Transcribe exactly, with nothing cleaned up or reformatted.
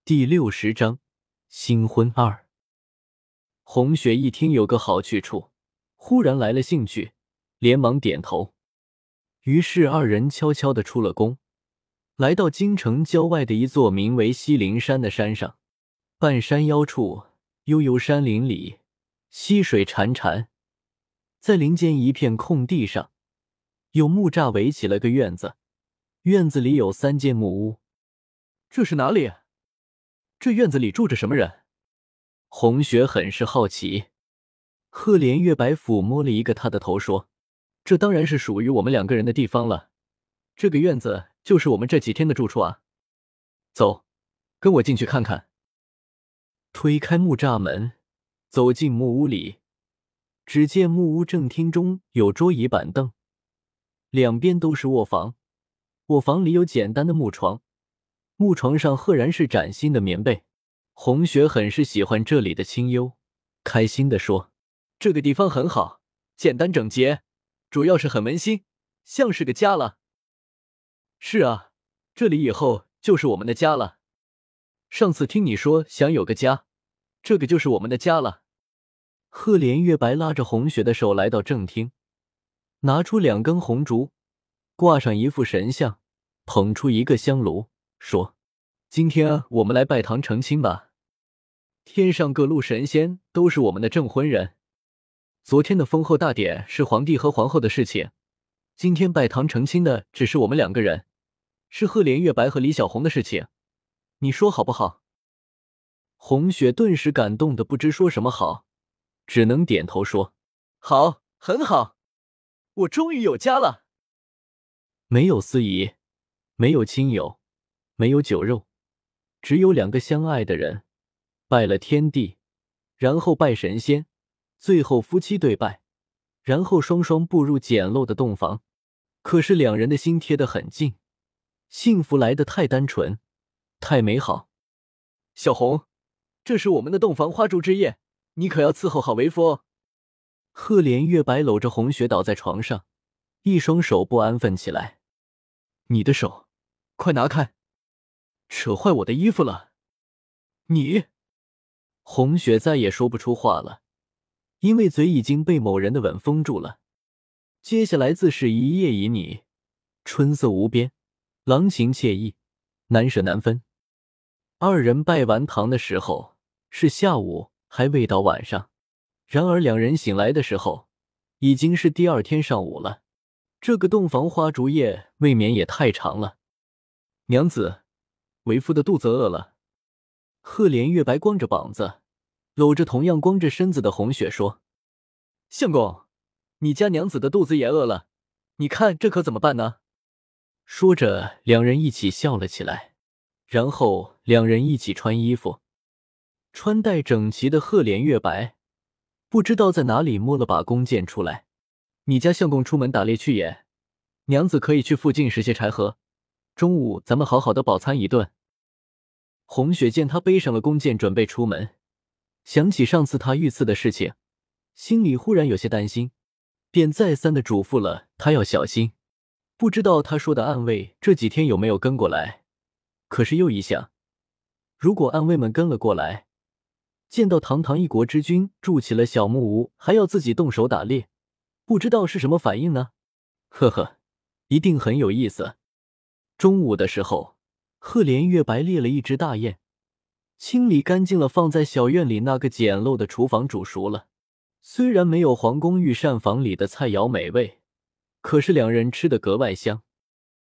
第六十章新婚二。红雪一听有个好去处，忽然来了兴趣，连忙点头。于是二人悄悄地出了宫，来到京城郊外的一座名为西陵山的山上。半山腰处，悠悠山林里，溪水潺潺，在林间一片空地上，有木栅围起了个院子，院子里有三间木屋。这是哪里？这院子里住着什么人？红雪很是好奇。赫连月白抚摸了一个他的头说，这当然是属于我们两个人的地方了，这个院子就是我们这几天的住处啊。走，跟我进去看看。推开木栅门，走进木屋里，只见木屋正厅中有桌椅板凳，两边都是卧房，卧房里有简单的木床，木床上赫然是崭新的棉被。红雪很是喜欢这里的清幽，开心地说，这个地方很好，简单整洁，主要是很温馨，像是个家了。是啊，这里以后就是我们的家了。上次听你说想有个家，这个就是我们的家了。赫连月白拉着红雪的手来到正厅，拿出两根红烛，挂上一副神像，捧出一个香炉，说，今天我们来拜堂成亲吧。天上各路神仙都是我们的证婚人。昨天的封后大典是皇帝和皇后的事情，今天拜堂成亲的只是我们两个人，是赫连月白和李小红的事情，你说好不好？红雪顿时感动的不知说什么好，只能点头说，好，很好，我终于有家了。没有司仪，没有亲友，没有酒肉，只有两个相爱的人，拜了天地，然后拜神仙，最后夫妻对拜，然后双双步入简陋的洞房。可是两人的心贴得很近，幸福来得太单纯，太美好。小红，这是我们的洞房花烛之夜，你可要伺候好为夫哦。赫连月白搂着红雪倒在床上，一双手不安分起来。你的手，快拿开，扯坏我的衣服了。你……红雪再也说不出话了，因为嘴已经被某人的吻封住了。接下来自是一夜旖旎，春色无边，郎情妾意，难舍难分。二人拜完堂的时候是下午，还未到晚上。然而两人醒来的时候，已经是第二天上午了。这个洞房花烛夜未免也太长了。娘子，为夫的肚子饿了。赫连月白光着膀子，搂着同样光着身子的红雪说，相公，你家娘子的肚子也饿了，你看这可怎么办呢？说着两人一起笑了起来，然后两人一起穿衣服。穿戴整齐的赫连月白不知道在哪里摸了把弓箭出来，你家相公出门打猎去也，娘子可以去附近拾些柴禾，中午咱们好好的饱餐一顿。红雪见他背上了弓箭准备出门，想起上次他遇刺的事情，心里忽然有些担心，便再三的嘱咐了他要小心。不知道他说的暗卫这几天有没有跟过来，可是又一想，如果暗卫们跟了过来，见到堂堂一国之君筑起了小木屋，还要自己动手打猎，不知道是什么反应呢？呵呵，一定很有意思。中午的时候，赫连月白列了一只大宴，清理干净了放在小院里那个简陋的厨房煮熟了。虽然没有皇宫御膳房里的菜肴美味，可是两人吃得格外香。